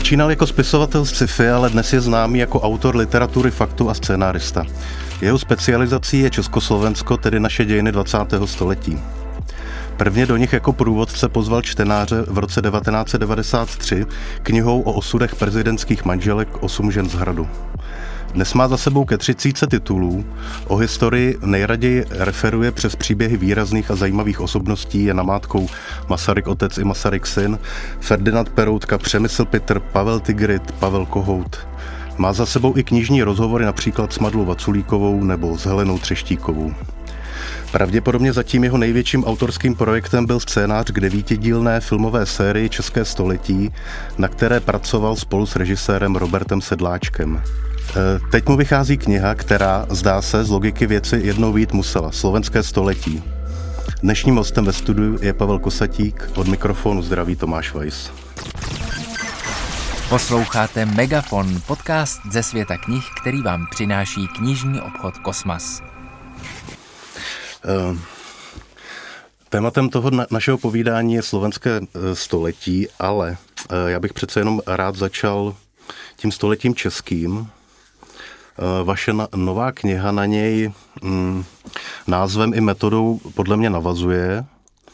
Začínal jako spisovatel z sci-fi, ale dnes je známý jako autor literatury faktu a scénárista. Jeho specializací je Československo, tedy naše dějiny 20. století. Prvně do nich jako průvodce pozval čtenáře v roce 1993 knihou o osudech prezidentských manželek 8 žen z Hradu. Dnes má za sebou ke 30 titulů, o historii nejraději referuje přes příběhy výrazných a zajímavých osobností, je namátkou Masaryk otec i Masaryk syn, Ferdinand Peroutka, Přemysl Pitr, Pavel Tigrit, Pavel Kohout. Má za sebou i knižní rozhovory například s Madlou Vaculíkovou nebo s Helenou Třeštíkovou. Pravděpodobně zatím jeho největším autorským projektem byl scénář k 9dílné filmové sérii České století, na které pracoval spolu s režisérem Robertem Sedláčkem. Teď mu vychází kniha, která, zdá se, z logiky věci jednou vyjít musela. Slovenské století. Dnešním hostem ve studiu je Pavel Kosatík, od mikrofonu zdraví Tomáš Weiss. Posloucháte Megafon, podcast ze světa knih, který vám přináší knižní obchod Kosmas. Tématem toho našeho povídání je slovenské století, ale já bych přece jenom rád začal tím stoletím českým. Vaše nová kniha na něj názvem i metodou podle mě navazuje.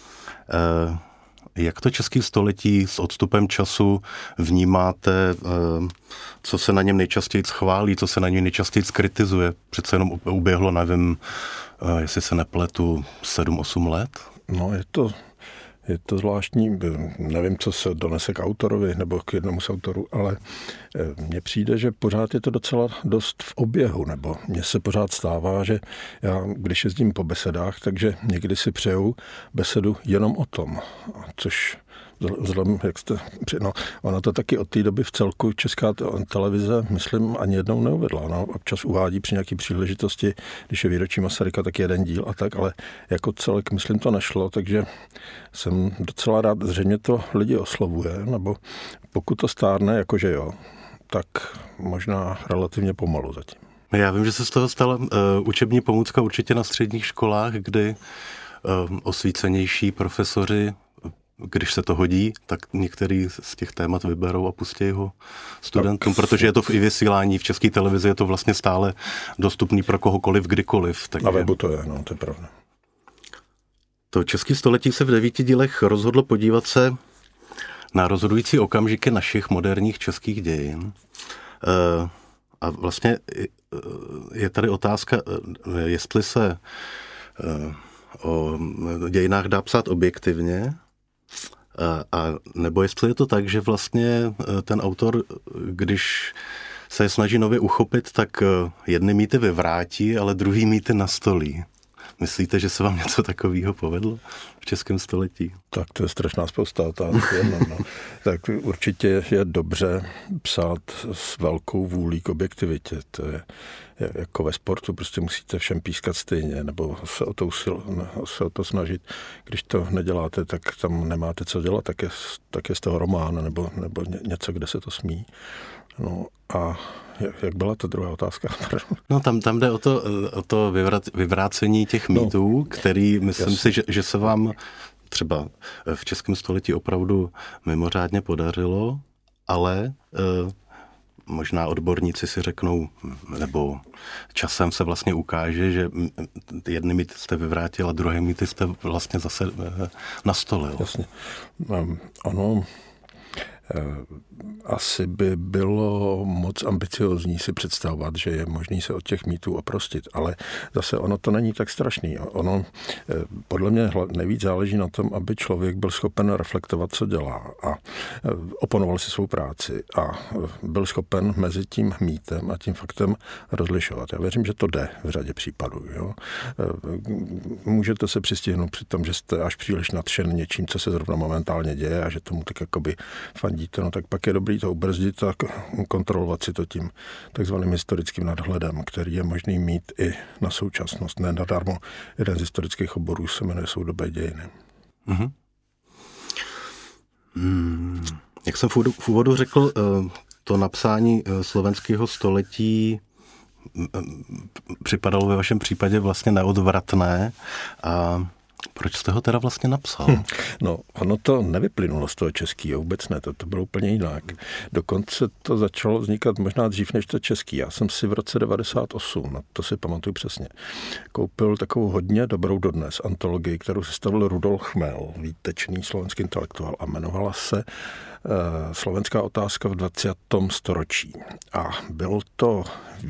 Jak to české století s odstupem času vnímáte, co se na něm nejčastěji chválí, co se na něm nejčastěji kritizuje? Přece jenom uběhlo, nevím, jestli se nepletu, 7-8 let? No, je to zvláštní, nevím, co se donese k autorovi nebo k jednomu z autorů, ale mně přijde, že pořád je to docela dost v oběhu, nebo mně se pořád stává, že já, když jezdím po besedách, takže někdy si přeju besedu jenom o tom, což vzhledem, jak jste... No, ona to taky od té doby v celku Česká televize, myslím, ani jednou neuvedla. Ona občas uvádí při nějaké příležitosti, když je výročí Masaryka, tak jeden díl a tak, ale jako celek, myslím, to nešlo, takže jsem docela rád, zřejmě to lidi oslovuje, nebo pokud to stárne, jakože jo, tak možná relativně pomalu zatím. Já vím, že se z toho stala učební pomůcka určitě na středních školách, kdy osvícenější profesoři, když se to hodí, tak některý z těch témat vyberou a pustí ho studentům, protože je to i vysílání v České televizi, je to vlastně stále dostupný pro kohokoliv, kdykoliv. Takže... Na webu to je, no, to je pravda. To České století se v 9 dílech rozhodlo podívat se na rozhodující okamžiky našich moderních českých dějin. A vlastně je tady otázka, jestli se o dějinách dá psát objektivně, a nebo jestli je to tak, že vlastně ten autor, když se je snaží nově uchopit, tak jedny mýty vyvrátí, ale druhý mýty nastolí. Myslíte, že se vám něco takového povedlo v českém století? Tak to je strašná spousta otázek. No. Tak určitě je dobře psát s velkou vůlí k objektivitě. To je jako ve sportu, prostě musíte všem pískat stejně, nebo se o to snažit. Když to neděláte, tak tam nemáte co dělat, tak je z toho román, nebo něco, kde se to smí. No a jak byla ta druhá otázka? No tam jde o to vyvrácení těch mýtů, který myslím si, že se vám třeba v českém století opravdu mimořádně podařilo, ale možná odborníci si řeknou, nebo časem se vlastně ukáže, že jedny mýty jste vyvrátil a druhé mýty jste vlastně zase nastolil. Jasně. Ono asi by bylo moc ambiciozní si představovat, že je možný se od těch mýtů oprostit, ale zase ono to není tak strašný. Ono podle mě nejvíc záleží na tom, aby člověk byl schopen reflektovat, co dělá a oponoval si svou práci a byl schopen mezi tím mýtem a tím faktem rozlišovat. Já věřím, že to jde v řadě případů. Jo? Můžete se přistihnout při tom, že jste až příliš nadšen něčím, co se zrovna momentálně děje a že tomu tak jakoby fandíte, no tak pak je dobrý to ubrzdit a kontrolovat si to tím takzvaným historickým nadhledem, který je možný mít i na současnost. Ne nadarmo jeden z historických oborů se jmenuje soudobé dějiny. Mm-hmm. Jak jsem v úvodu řekl, to napsání slovenského století připadalo ve vašem případě vlastně neodvratné a Proč jste ho teda vlastně napsal? No, ono to nevyplynulo z toho českého, vůbec ne, to bylo úplně jinak. Dokonce to začalo vznikat možná dřív než to český. Já jsem si v roce 98, no to si pamatuju přesně, koupil takovou hodně dobrou dodnes antologii, kterou sestavil Rudolf Chmel, výtečný slovenský intelektuál, a jmenovala se Slovenská otázka v 20. storočí. A byl to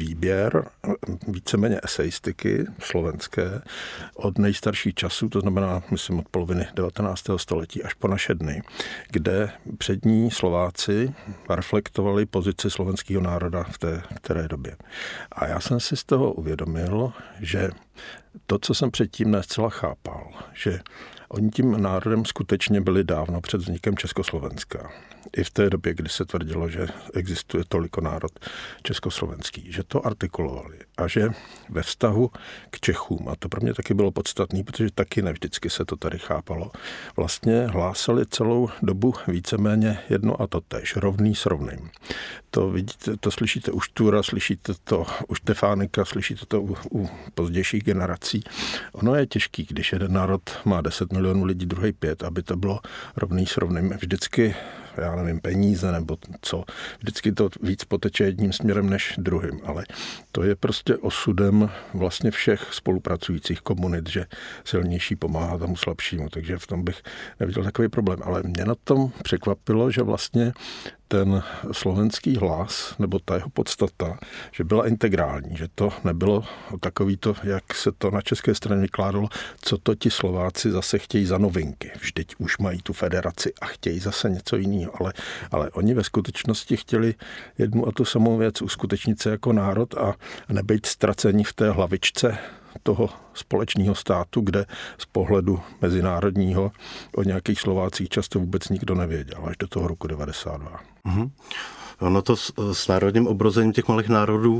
výběr víceméně eseistiky slovenské od nejstarších časů, to znamená, myslím, od poloviny 19. století až po naše dny, kde přední Slováci reflektovali pozici slovenského národa v té které době. A já jsem si z toho uvědomil, že to, co jsem předtím ne zcela chápal, že oni tím národem skutečně byli dávno před vznikem Československa. I v té době, kdy se tvrdilo, že existuje toliko národ československý, že to artikulovali a že ve vztahu k Čechům, a to pro mě taky bylo podstatné, protože taky nevždycky se to tady chápalo, vlastně hlásali celou dobu víceméně jedno a to též, rovný s rovným. To vidíte, to slyšíte u Štura, slyšíte to u Štefánika, slyšíte to u pozdějších generací. Ono je těžký, když jeden národ má 10 milionů lidí, druhý 5, aby to bylo rovný s rovným. Vždycky, já nevím, peníze nebo co, vždycky to víc poteče jedním směrem než druhým, ale to je prostě osudem vlastně všech spolupracujících komunit, že silnější pomáhá tomu slabšímu, takže v tom bych neviděl takový problém. Ale mě na tom překvapilo, že vlastně ten slovenský hlas, nebo ta jeho podstata, že byla integrální, že to nebylo takový to, jak se to na české straně vykládalo, co to ti Slováci zase chtějí za novinky. Vždyť už mají tu federaci a chtějí zase něco jiného, ale oni ve skutečnosti chtěli jednu a tu samou věc uskutečnit se jako národ a nebejt ztraceni v té hlavičce toho společného státu, kde z pohledu mezinárodního o nějakých Slovácích často vůbec nikdo nevěděl, až do toho roku 92. Mm-hmm. Ono to s národním obrozením těch malých národů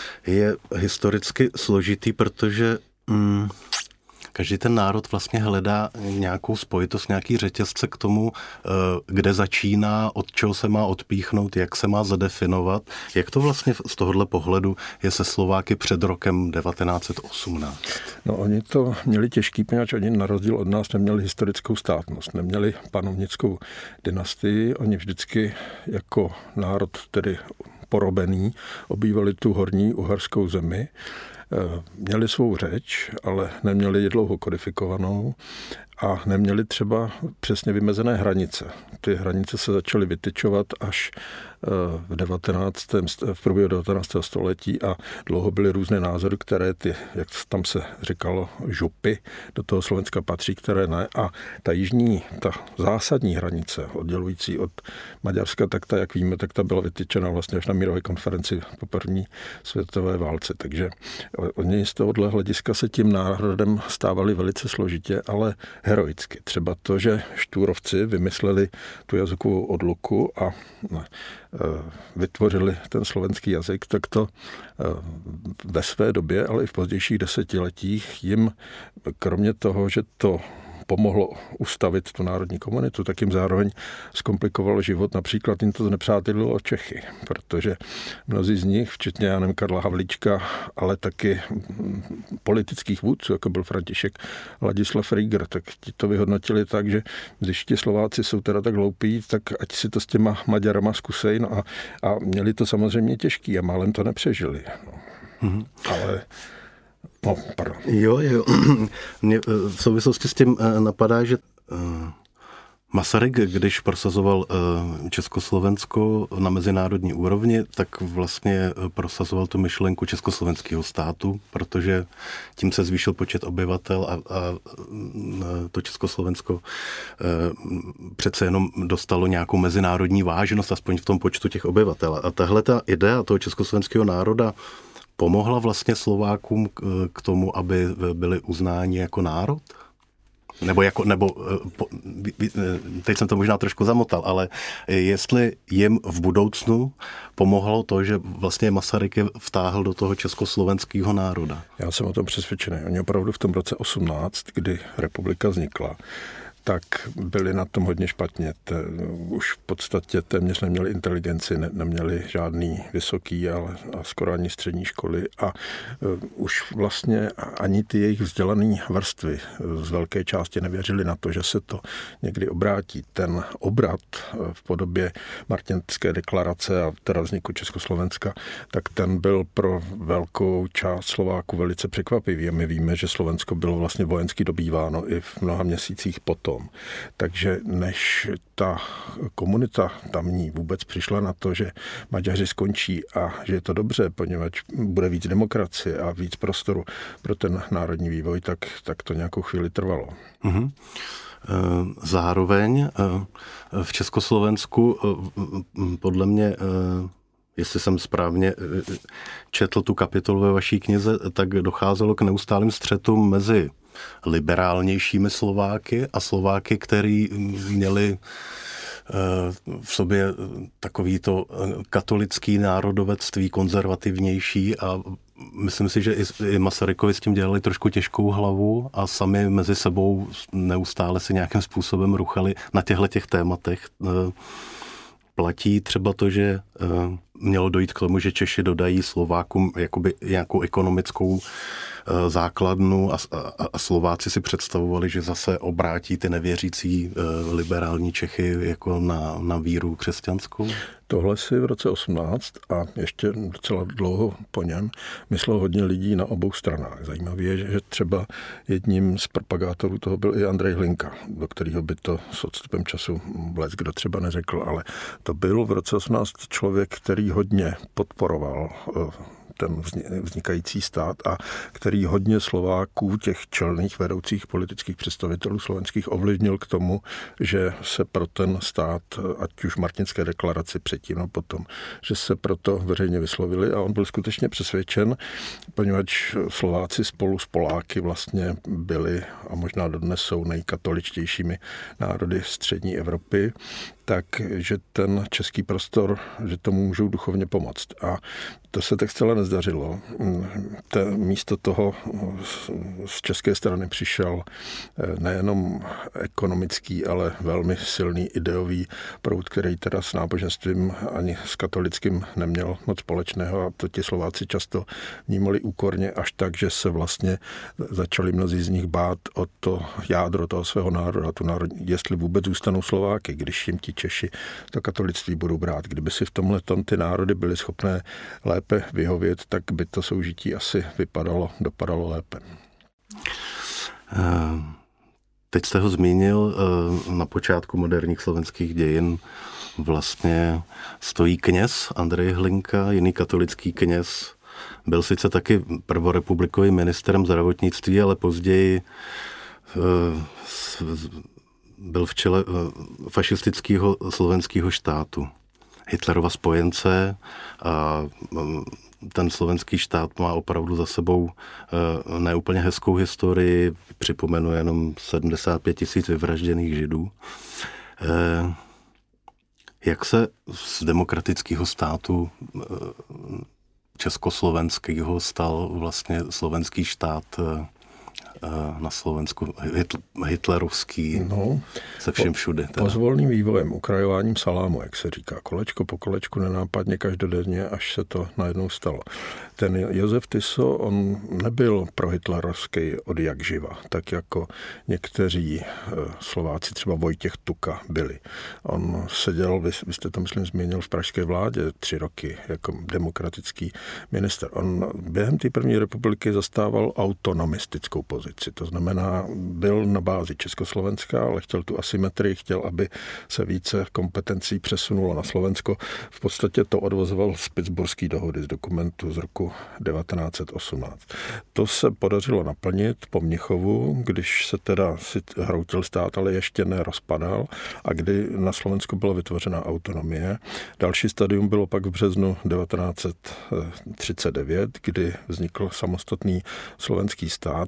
je historicky složitý, protože každý ten národ vlastně hledá nějakou spojitost, nějaký řetězce k tomu, kde začíná, od čeho se má odpíchnout, jak se má zadefinovat. Jak to vlastně z tohohle pohledu je se Slováky před rokem 1918? No oni to měli těžký, poněvadž oni na rozdíl od nás neměli historickou státnost, neměli panovnickou dynastii, oni vždycky jako národ tedy porobený obývali tu horní uherskou zemi. Měli svou řeč, ale neměli ji dlouho kodifikovanou a neměli třeba přesně vymezené hranice. Ty hranice se začaly vytyčovat až v průběhu 19. století a dlouho byly různé názory, které ty, jak tam se říkalo, župy do toho Slovenska patří, které ne. A ta zásadní hranice oddělující od Maďarska, tak ta, jak víme, tak ta byla vytyčena vlastně až na mírové konferenci po první světové válce. Takže oni z tohohle hlediska se tím národem stávali velice složitě, ale heroicky. Třeba to, že Štúrovci vymysleli tu jazykovou odluku a vytvořili ten slovenský jazyk, tak to ve své době, ale i v pozdějších desetiletích jim, kromě toho, že to pomohlo ustavit tu národní komunitu, tak jim zároveň zkomplikovalo život. Například jim to znepřátelilo Čechy, protože mnozí z nich, včetně já nevím, Karla Havlíčka, ale taky politických vůdců, jako byl František Ladislav Rieger, tak ti to vyhodnotili tak, že když ti Slováci jsou teda tak hloupí, tak ať si to s těma Maďarama zkusej. No a měli to samozřejmě těžký a málem to nepřežili. No. Mm-hmm. Ale no, pardon. Jo. Mě v souvislosti s tím napadá, že Masaryk, když prosazoval Československo na mezinárodní úrovni, tak vlastně prosazoval tu myšlenku československého státu, protože tím se zvýšil počet obyvatel a to Československo přece jenom dostalo nějakou mezinárodní vážnost, aspoň v tom počtu těch obyvatel. A tahle ta idea toho československého národa pomohla vlastně Slovákům k tomu, aby byli uznáni jako národ? Teď jsem to možná trošku zamotal, ale jestli jim v budoucnu pomohlo to, že vlastně Masaryk je vtáhl do toho československého národa? Já jsem o tom přesvědčený. Oni opravdu v tom roce 18, kdy republika vznikla, tak byli na tom hodně špatně. Už v podstatě téměř neměli inteligenci, neměli žádný vysoký, ale a skoro ani střední školy a už vlastně ani ty jejich vzdělané vrstvy z velké části nevěřili na to, že se to někdy obrátí. Ten obrat v podobě Martinské deklarace a teda vzniku Československa, tak ten byl pro velkou část Slováků velice překvapivý. A my víme, že Slovensko bylo vlastně vojensky dobýváno i v mnoha měsících potom. Takže než ta komunita tamní vůbec přišla na to, že Maďaři skončí a že je to dobře, poněvadž bude víc demokracie a víc prostoru pro ten národní vývoj, tak to nějakou chvíli trvalo. Mm-hmm. Zároveň v Československu podle mě, jestli jsem správně četl tu kapitolu ve vaší knize, tak docházelo k neustálým střetům mezi liberálnějšími Slováky a Slováky, který měli v sobě takovýto katolický národovectví, konzervativnější a myslím si, že i Masarykovi s tím dělali trošku těžkou hlavu a sami mezi sebou neustále se nějakým způsobem ruchali na těchto tématech. Platí třeba to, že mělo dojít k tomu, že Češi dodají Slovákům jakoby nějakou ekonomickou základnu a Slováci si představovali, že zase obrátí ty nevěřící liberální Čechy jako na víru křesťanskou? Tohle si v roce 18 a ještě docela dlouho po něm myslelo hodně lidí na obou stranách. Zajímavé je, že třeba jedním z propagátorů toho byl i Andrej Hlinka, do kterého by to s odstupem času kdo třeba neřekl, ale to byl v roce 18 člověk, který hodně podporoval ten vznikající stát a který hodně Slováků, těch čelných vedoucích politických představitelů slovenských, ovlivnil k tomu, že se pro ten stát, ať už v Martinské deklaraci předtím a potom, že se proto veřejně vyslovili a on byl skutečně přesvědčen, poněvadž Slováci spolu s Poláky vlastně byli a možná dodnes jsou nejkatoličtějšími národy střední Evropy, takže ten český prostor, že tomu můžou duchovně pomoct. A to se tak zcela nezdařilo. Místo toho z české strany přišel nejenom ekonomický, ale velmi silný ideový proud, který teda s náboženstvím ani s katolickým neměl moc společného a to ti Slováci často vnímali úkorně až tak, že se vlastně začali mnozí z nich bát o to jádro toho svého národa, jestli vůbec zůstanou Slováky, když jim ti Češi to katolictví budou brát. Kdyby si v tomhletom ty národy byly schopné lépe vyhovět, tak by to soužití asi dopadalo lépe. Teď jste ho zmínil, na počátku moderních slovenských dějin vlastně stojí kněz Andrej Hlinka, jiný katolický kněz. Byl sice taky prvorepublikovým ministrem zdravotnictví, ale později byl v čele fašistického slovenského štátu. Hitlerova spojence a ten slovenský štát má opravdu za sebou neúplně hezkou historii. Připomenu jenom 75 000 vyvražděných Židů. Jak se z demokratického státu československého stal vlastně slovenský stát na Slovensku hitlerovský, se všem všude. Pozvolným vývojem, ukrajováním salámu, jak se říká, kolečko po kolečku, nenápadně každodenně, až se to najednou stalo. Ten Josef Tiso, on nebyl prohitlerovský od jak živa, tak jako někteří Slováci, třeba Vojtěch Tuka, byli. On seděl, vy jste to myslím zmínil, v pražské vládě 3 roky jako demokratický minister. On během té první republiky zastával autonomistickou pozici. To znamená, byl na bázi Československa, ale chtěl tu asymetrii, chtěl, aby se více kompetencí přesunulo na Slovensko. V podstatě to odvozoval z Pittsburghské dohody, z dokumentu z roku 1918. To se podařilo naplnit po Mnichovu, když se teda si hroutil stát, ale ještě nerozpadal a kdy na Slovensku byla vytvořena autonomie. Další stadium bylo pak v březnu 1939, kdy vznikl samostatný slovenský stát. Tam už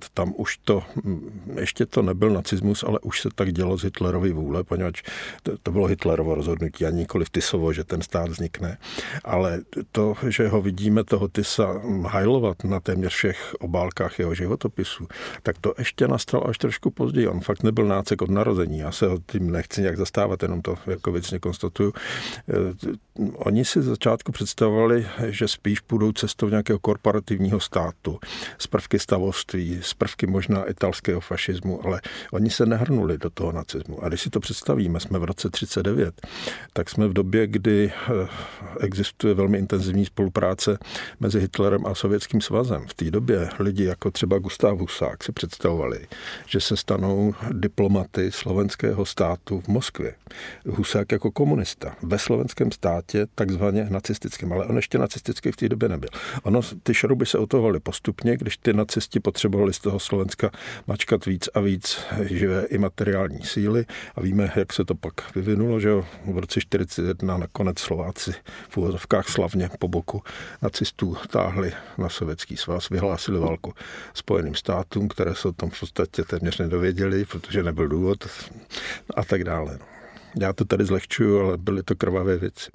ještě to nebyl nacismus, ale už se tak dělo z Hitlerovy vůle, poněvadž to bylo Hitlerovo rozhodnutí a nikoliv Tisovo, že ten stát vznikne. Ale to, že ho vidíme, toho Tisa hajlovat na téměř všech obálkách jeho životopisu, tak to ještě nastalo až trošku později. On fakt nebyl nácek od narození. Já se ho tím nechci nějak zastávat, jenom to jako věcně konstatuju. Oni si z začátku představovali, že spíš půjdou cestou nějakého korporativního státu, z prvky stavovství, z prvky možná italského fašismu, ale oni se nehrnuli do toho nacismu. A když si to představíme, jsme v roce 1939, tak jsme v době, kdy existuje velmi intenzivní spolupráce mezi Hitlerem a Sovětským svazem. V té době lidi jako třeba Gustav Husák si představovali, že se stanou diplomaty slovenského státu v Moskvě. Husák jako komunista ve slovenském státě, takzvaně nacistickém, ale on ještě nacistický v té době nebyl. Ty šrouby se otohovaly postupně, když ty nacisti potřebovali z toho Slovenska mačkat víc a víc živé i materiální síly a víme, jak se to pak vyvinulo, že v roce 1941 nakonec Slováci v úvozovkách slavně po boku nacistů táhli na Sovětský svaz, vyhlásili válku Spojeným státům, které se o tom v podstatě téměř nedověděli, protože nebyl důvod a tak dále. Já to tady zlehčuju, ale byly to krvavé věci.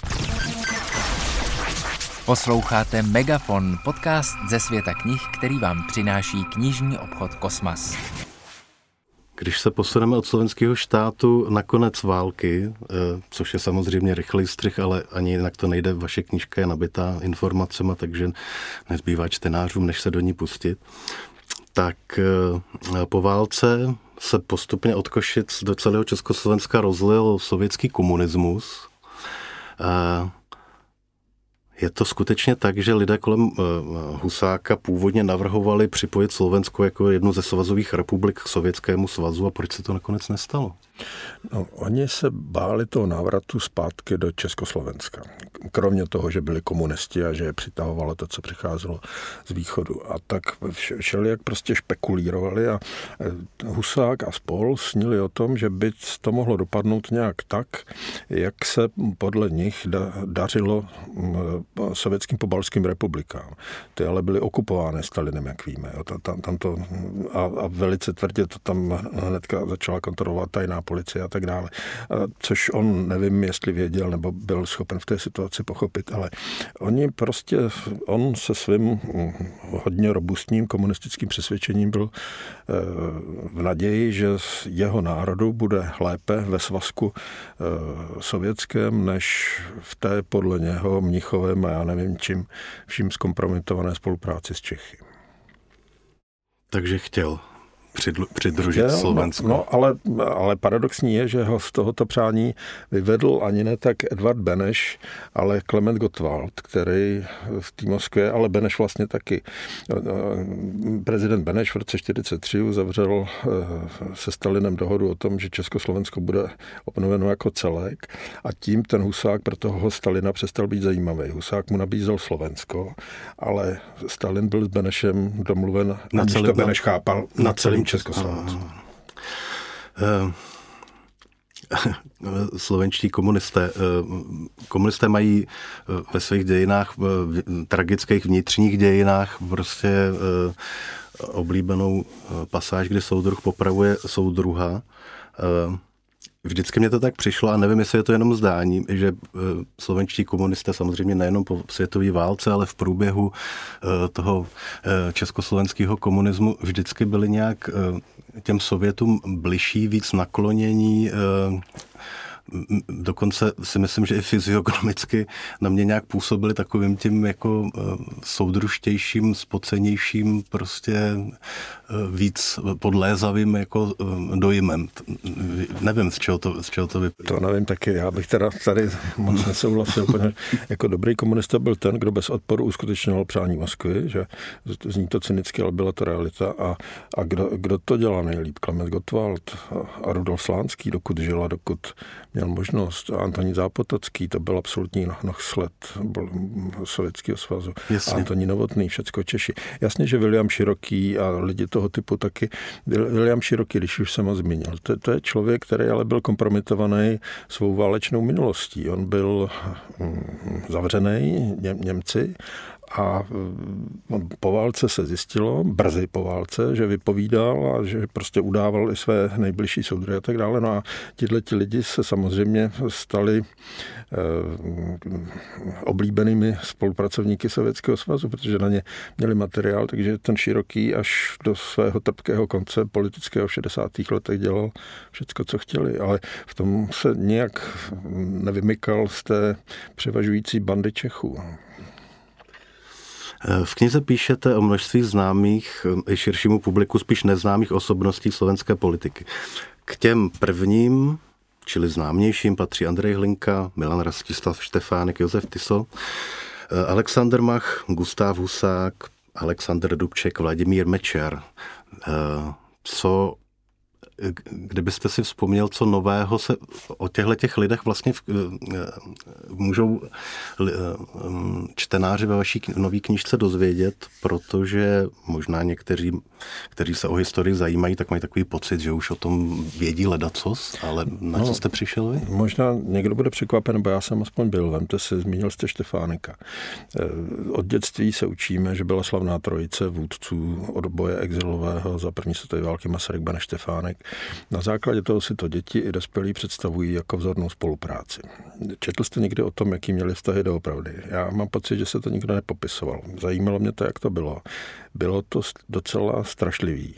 Posloucháte Megafon, podcast ze světa knih, který vám přináší knižní obchod Kosmas. Když se posuneme od slovenského štátu na konec války, což je samozřejmě rychlý střih, ale ani jinak to nejde, vaše knížka je nabitá informacemi, takže nezbývá čtenářům, než se do ní pustit, tak po válce se postupně od Košic do celého Československa rozlil sovětský komunismus. Je to skutečně tak, že lidé kolem Husáka původně navrhovali připojit Slovensko jako jednu ze svazových republik k Sovětskému svazu a proč se to nakonec nestalo? No, oni se báli toho návratu zpátky do Československa. Kromě toho, že byli komunisti a že je přitahovalo to, co přicházelo z východu. A tak všelijak prostě špekulírovali a Husák a spol snili o tom, že by to mohlo dopadnout nějak tak, jak se podle nich dařilo sovětským pobaltským republikám. Ty ale byly okupovány Stalinem, jak víme. A velice tvrdě to tam hnedka začala kontrolovat tajná policie a tak dále. Což on, nevím, jestli věděl, nebo byl schopen v té situaci pochopit, ale on se svým hodně robustním komunistickým přesvědčením byl v naději, že jeho národu bude lépe ve svazku sovětském, než v té podle něho Mnichovém a já nevím čím vším zkompromitované spolupráci s Čechy. Takže chtěl přidružit Slovensko. No, ale paradoxní je, že ho z tohoto přání vyvedl ani ne tak Edvard Beneš, ale Klement Gottwald, který v té Moskvě, ale Beneš vlastně taky. Prezident Beneš v roce 1943 uzavřel se Stalinem dohodu o tom, že Československo bude obnoveno jako celek a tím ten Husák pro toho Stalina přestal být zajímavý. Husák mu nabízel Slovensko, ale Stalin byl s Benešem domluven, aniž to Beneš chápal, na celém Československu. Slovenští komunisté mají ve svých dějinách, tragických vnitřních dějinách prostě oblíbenou pasáž, kdy soudruh popravuje soudruha. Vždycky mě to tak přišlo a nevím, jestli je to jenom zdání, že slovenští komunisté samozřejmě nejenom po světové válce, ale v průběhu toho československého komunismu vždycky byli nějak těm Sovětům bližší, víc naklonění, dokonce si myslím, že i fyziognomicky na mě nějak působili takovým tím jako soudružtějším, spocenějším, prostě víc podlézavým jako dojmem. Nevím, z čeho to vyplývá. To nevím taky, já bych teda tady moc nesouhlasil, protože jako dobrý komunista byl ten, kdo bez odporu uskutečňoval přání Moskvy, že zní to cynicky, ale byla to realita a kdo to dělá nejlíp? Klement Gottwald a Rudolf Slánský, dokud žil a dokud měl možnost. A Antonín Zápotocký, to byl absolutní nohsled Sovětského svazu. Jasně. A Antonín Novotný, všecko Češi. Jasně, že William Široký a lidi toho typu taky. William Široký, když už jsem ho zmínil, to je člověk, který ale byl kompromitovaný svou válečnou minulostí. On byl zavřený Němci A po válce se zjistilo, brzy po válce, že vypovídal a že prostě udával i své nejbližší soudruhy a tak dále. No a tihleti lidi se samozřejmě stali oblíbenými spolupracovníky Sovětského svazu, protože na ně měli materiál, takže ten Široký až do svého trpkého konce politického v 60. letech dělal všecko, co chtěli, ale v tom se nějak nevymykal z té převažující bandy Čechů. V knize píšete o množství známých i širšímu publiku spíš neznámých osobností slovenské politiky. K těm prvním, čili známějším, patří Andrej Hlinka, Milan Rastislav Štefánek, Josef Tiso, Alexander Mach, Gustav Husák, Alexander Dubček, Vladimír Mečer. Kdybyste si vzpomněl, co nového se o těchto lidech vlastně můžou čtenáři ve vaší nové knížce dozvědět, protože možná někteří, kteří se o historii zajímají, tak mají takový pocit, že už o tom vědí ledacos, ale na co jste přišel vy? Možná někdo bude překvapen, bo já jsem aspoň byl. Vemte si, zmínil jste Štefáneka. Od dětství se učíme, že byla slavná trojice vůdců odboje exilového za první světové války Masaryk, Beneš, Štefánek. Na základě toho si to děti i dospělí představují jako vzornou spolupráci. Četl jste někdy o tom, jaký měli vztahy doopravdy? Já mám pocit, že se to nikdo nepopisoval. Zajímalo mě to, jak to bylo. Bylo to docela strašlivý.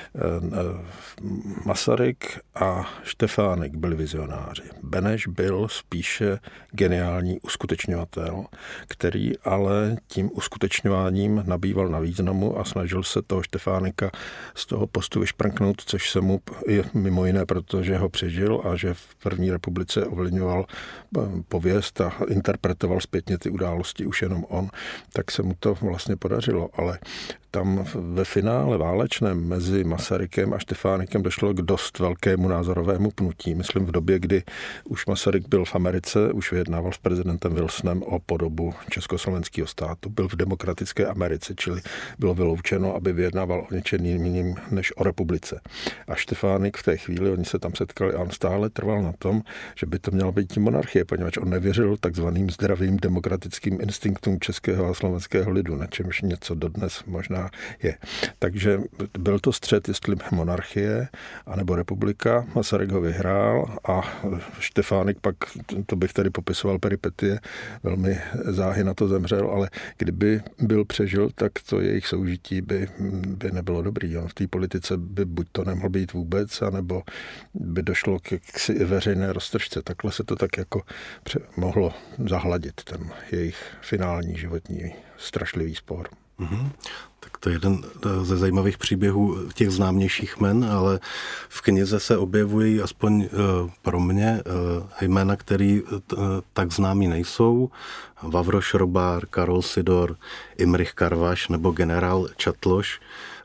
Masaryk a Štefánek byli vizionáři. Beneš byl spíše geniální uskutečňovatel, který ale tím uskutečňováním nabýval na významu a snažil se toho Štefáneka z toho postu vyšprknout, což se mu mimo jiné, protože ho přežil a že v první republice ovlivňoval pověst a interpretoval zpětně ty události už jenom on, tak se mu to vlastně podařilo. Ale tam ve finále válečném mezi Masarykem a Štefánikem došlo k dost velkému názorovému pnutí. Myslím v době, kdy už Masaryk byl v Americe, už vyjednával s prezidentem Wilsonem o podobu československého státu. Byl v demokratické Americe, čili bylo vyloučeno, aby vyjednával o něčem jiným než o republice. A Štefánik v té chvíli, oni se tam setkali a on stále trval na tom, že by to měla být monarchie, poněvadž on nevěřil takzvaným zdravým demokratickým instinktům českého a slovenského lidu, na čemž něco dodnes možná je. Takže byl to střet, jestli monarchie anebo republika. Masaryk ho vyhrál a Štefánik pak, to bych tady popisoval peripetie, velmi záhy na to zemřel, ale kdyby byl přežil, tak to jejich soužití by nebylo dobrý. On v té politice by buď to nemohl být vůbec, anebo by došlo k veřejné roztržce. Takhle se to tak jako mohlo zahladit, ten jejich finální životní strašlivý spor. Mm-hmm. Tak to je jeden ze zajímavých příběhů těch známějších jmen, ale v knize se objevují aspoň pro mě jména, které tak známí nejsou. Vavro Šrobár, Karol Sidor, Imrich Karvaš nebo generál Čatloš.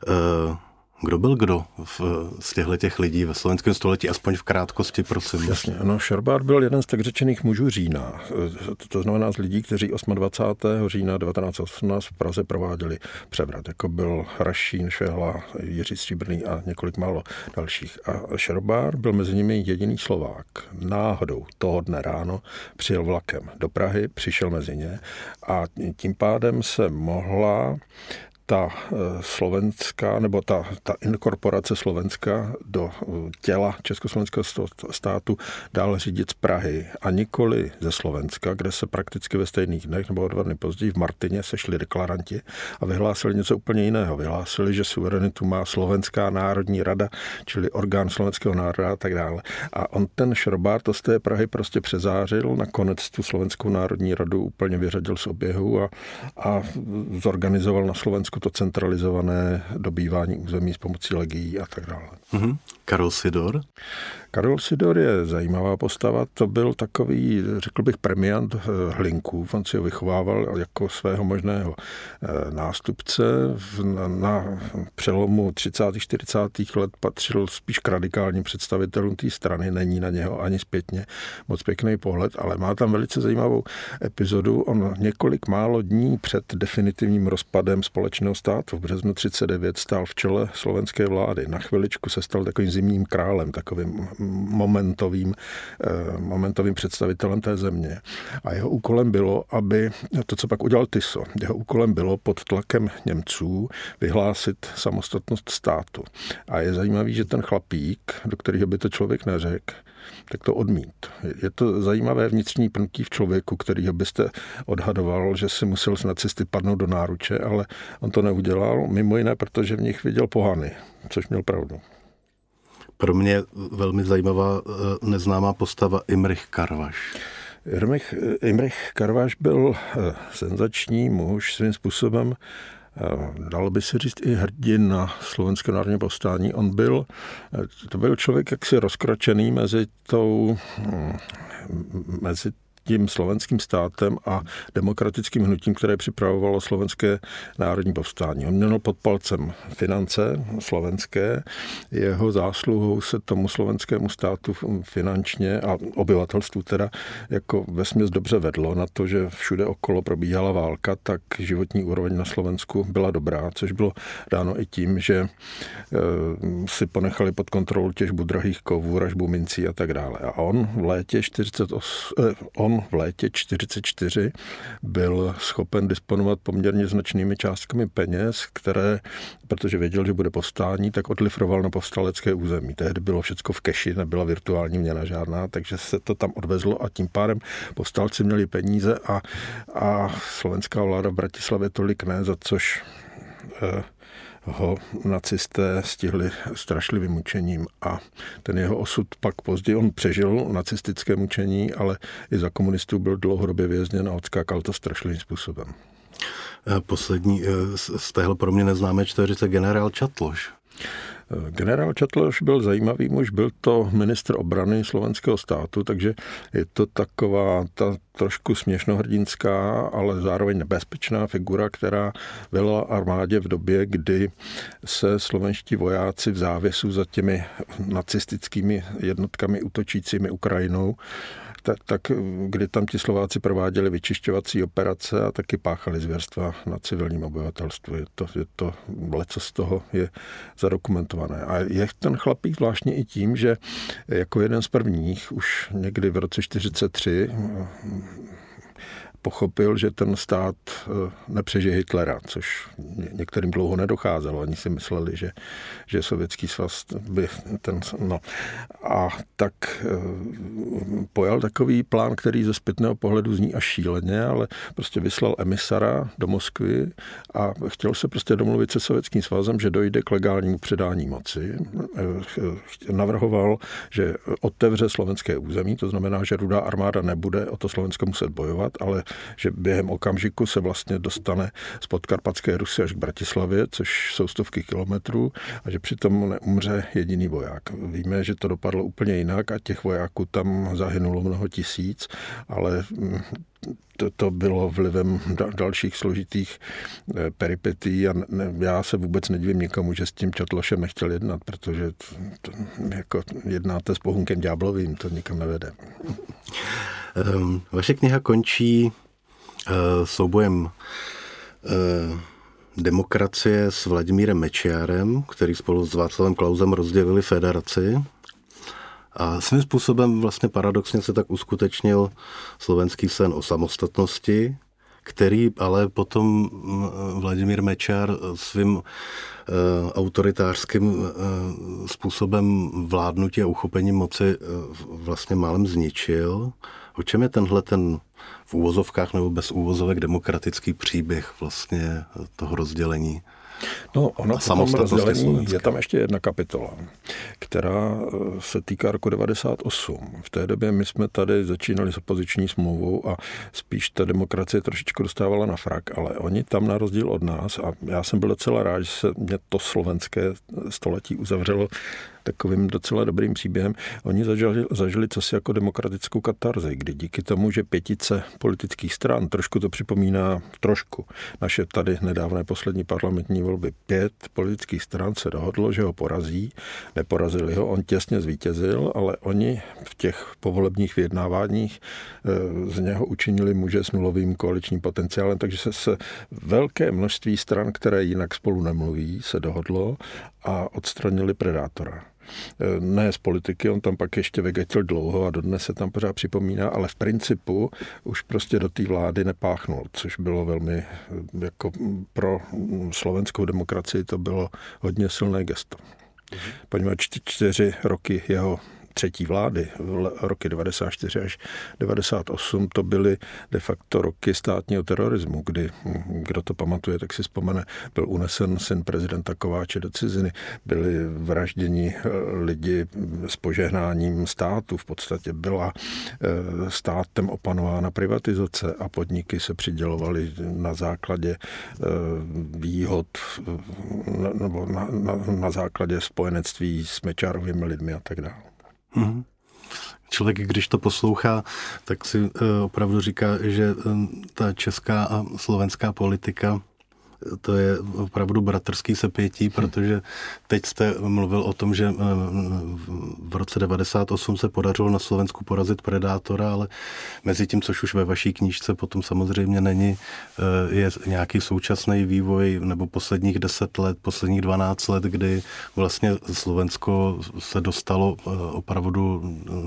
Kdo byl kdo z těchto lidí ve slovenském století, aspoň v krátkosti, prosím? Jasně, ano, Šrobár byl jeden z tak řečených mužů října. To znamená z lidí, kteří 28. října 1918 v Praze prováděli převrat. Jako byl Rašín, Švehla, Jiří Stříbrný a několik málo dalších. A Šrobár byl mezi nimi jediný Slovák. Náhodou toho dne ráno přijel vlakem do Prahy, přišel mezi ně a tím pádem se mohla ta slovenská, nebo ta inkorporace Slovenska do těla československého státu dále řídit z Prahy a nikoli ze Slovenska, kde se prakticky ve stejných dnech nebo o 2 dny později v Martině sešli deklaranti a vyhlásili něco úplně jiného. Vyhlásili, že suverenitu má Slovenská národní rada, čili orgán slovenského národa a tak dále. A on ten Šrobár to z té Prahy prostě přezářil, nakonec tu Slovenskou národní radu úplně vyřadil z oběhu a zorganizoval na Slovensku to centralizované dobývání území s pomocí legií a tak dále. Mm-hmm. Karol Sidor? Karol Sidor je zajímavá postava. To byl takový, řekl bych, premiant Hlinkův. On si ho vychovával jako svého možného nástupce. Na přelomu 30. 40. let patřil spíš k radikálním představitelům té strany. Není na něho ani zpětně moc pěkný pohled, ale má tam velice zajímavou epizodu. On několik málo dní před definitivním rozpadem společného státu v březnu 1939 stál v čele slovenské vlády. Na chviličku se stal takovým zimním králem, takovým momentovým představitelem té země. A jeho úkolem bylo, aby to, co pak udělal Tiso, jeho úkolem bylo pod tlakem Němců vyhlásit samostatnost státu. A je zajímavý, že ten chlapík, do kterého by to člověk neřekl, tak to odmít. Je to zajímavé vnitřní pnutí v člověku, kterýho byste odhadoval, že si musel s nacisty padnout do náruče, ale on to neudělal, mimo jiné, protože v nich viděl pohany, což měl pravdu. Pro mě velmi zajímavá neznámá postava Imrich Karvaš. Imrich Karvaš byl senzační muž, svým způsobem dalo by se říct i hrdina Slovenského národního povstání. To byl člověk jaksi rozkročený mezi tím slovenským státem a demokratickým hnutím, které připravovalo Slovenské národní povstání. On měl pod palcem finance slovenské, jeho zásluhou se tomu slovenskému státu finančně a obyvatelstvu teda jako vesměs dobře vedlo na to, že všude okolo probíhala válka, tak životní úroveň na Slovensku byla dobrá, což bylo dáno i tím, že si ponechali pod kontrolou těžbu drahých kovů, ražbu mincí a tak dále. A on v létě 1944 byl schopen disponovat poměrně značnými částkami peněz, které, protože věděl, že bude povstání, tak odlifroval na povstalecké území. Tehdy bylo všecko v keši, nebyla virtuální měna žádná, takže se to tam odvezlo a tím pádem povstalci měli peníze a slovenská vláda v Bratislavě tolik ne, za což ho nacisté stihli strašlivým mučením a ten jeho osud pak později, on přežil nacistické mučení, ale i za komunistů byl dlouhodobě vězněn a odskákal to strašlivým způsobem. Poslední z téhle pro mě neznámé čtveřice generál Čatloš. Generál Čatloš byl zajímavý muž, byl to ministr obrany slovenského státu, takže je to taková ta trošku směšnohrdinská, ale zároveň nebezpečná figura, která velela armádě v době, kdy se slovenští vojáci v závěsu za těmi nacistickými jednotkami útočícími Ukrajinou, tak kdy tam ti Slováci prováděli vyčišťovací operace a taky páchali zvěrstva na civilním obyvatelstvu. Je to leco z toho je zadokumentované. A je ten chlapík zvláštně i tím, že jako jeden z prvních už někdy v roce 1943 pochopil, že ten stát nepřežije Hitlera, což některým dlouho nedocházelo. Oni si mysleli, že Sovětský svaz by A tak pojal takový plán, který ze zpětného pohledu zní až šíleně, ale prostě vyslal emisara do Moskvy a chtěl se prostě domluvit se Sovětským svazem, že dojde k legálnímu předání moci. Navrhoval, že otevře slovenské území, to znamená, že Rudá armáda nebude o to Slovensko muset bojovat, ale že během okamžiku se vlastně dostane z podkarpatské Rusy až k Bratislavě, což jsou stovky kilometrů a že přitom neumře jediný voják. Víme, že to dopadlo úplně jinak a těch vojáků tam zahynulo mnoho tisíc, ale to bylo vlivem dalších složitých peripetí a já se vůbec nedivím někomu, že s tím Čatlošem nechtěl jednat, protože jako jednáte s pohunkem ďáblovým, to nikam nevede. Vaše kniha končí soubojem Demokracie s Vladimírem Mečiarem, který spolu s Václavem Klausem rozdělili federaci. A svým způsobem vlastně paradoxně se tak uskutečnil slovenský sen o samostatnosti, který ale potom Vladimír Mečiar svým autoritářským způsobem vládnutí a uchopení moci vlastně málem zničil. O čem je tenhle ten v úvozovkách nebo bez úvozovek demokratický příběh vlastně toho rozdělení? No, ono v tom rozdělení je tam ještě jedna kapitola, která se týká roku 98. V té době my jsme tady začínali s opoziční smlouvou a spíš ta demokracie trošičku dostávala na frak, ale oni tam na rozdíl od nás, a já jsem byl docela rád, že se mě to slovenské století uzavřelo takovým docela dobrým příběhem. Oni zažili cosi jako demokratickou katarzi, kdy díky tomu, že pětice politických stran, trošku to připomíná naše tady nedávné poslední parlamentní volby, 5 politických stran se dohodlo, že ho porazí, neporazili ho, on těsně zvítězil, ale oni v těch povolebních vyjednáváních z něho učinili muže s nulovým koaličním potenciálem, takže se velké množství stran, které jinak spolu nemluví, se dohodlo a odstranili predátora. ne z politiky, on tam pak ještě vegetil dlouho a dodnes se tam pořád připomíná, ale v principu už prostě do té vlády nepáchnul, což bylo velmi, jako pro slovenskou demokracii to bylo hodně silné gesto. Poněvadž 4 roky jeho třetí vlády, roky 94 až 98, to byly de facto roky státního terorismu, kdy, kdo to pamatuje, tak si vzpomene, byl unesen syn prezidenta Kováče do ciziny, byli vražděni lidi s požehnáním státu, v podstatě byla státem opanována privatizace a podniky se přidělovaly na základě výhod nebo na základě spojenectví s Mečiarovými lidmi a tak dále. Člověk, když to poslouchá, tak si opravdu říká, že ta česká a slovenská politika, to je opravdu bratrský sepětí, protože teď jste mluvil o tom, že v roce 98 se podařilo na Slovensku porazit predátora, ale mezi tím, což už ve vaší knížce potom samozřejmě není, je nějaký současný vývoj nebo posledních 10 let, posledních 12 let, kdy vlastně Slovensko se dostalo opravdu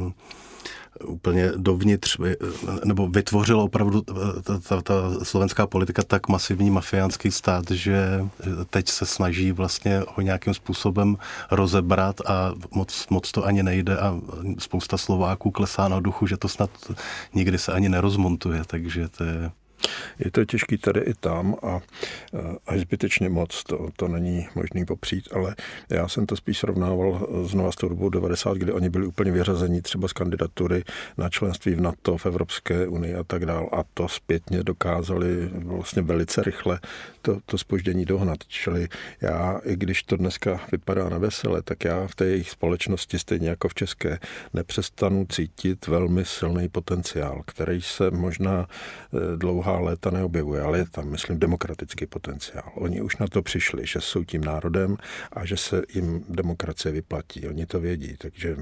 úplně dovnitř, nebo vytvořila opravdu ta slovenská politika tak masivní mafiánský stát, že teď se snaží vlastně ho nějakým způsobem rozebrat a moc to ani nejde a spousta Slováků klesá na duchu, že to snad nikdy se ani nerozmontuje, takže to je... Je to těžký tady i tam a až zbytečně moc, to není možný popřít, ale já jsem to spíš srovnával znova s tou dobou 90, kdy oni byli úplně vyřazení třeba z kandidatury na členství v NATO, v Evropské unii a tak dál a to zpětně dokázali vlastně velice rychle to zpoždění dohnat. Čili já, i když to dneska vypadá na vesele, tak já v té jejich společnosti, stejně jako v české, nepřestanu cítit velmi silný potenciál, který se možná dlouhá léta neobjevuje, ale je tam, myslím, demokratický potenciál. Oni už na to přišli, že jsou tím národem a že se jim demokracie vyplatí. Oni to vědí, takže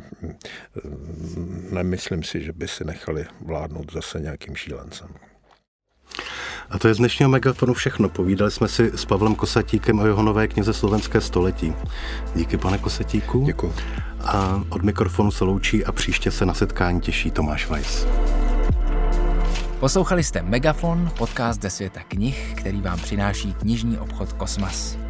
nemyslím si, že by si nechali vládnout zase nějakým šílencem. A to je z dnešního Megafonu všechno. Povídali jsme si s Pavlem Kosatíkem o jeho nové knize Slovenské století. Díky, pane Kosatíku. Děkuji. A od mikrofonu se loučí a příště se na setkání těší Tomáš Weiss. Poslouchali jste Megafon, podcast ze světa knih, který vám přináší knižní obchod Kosmas.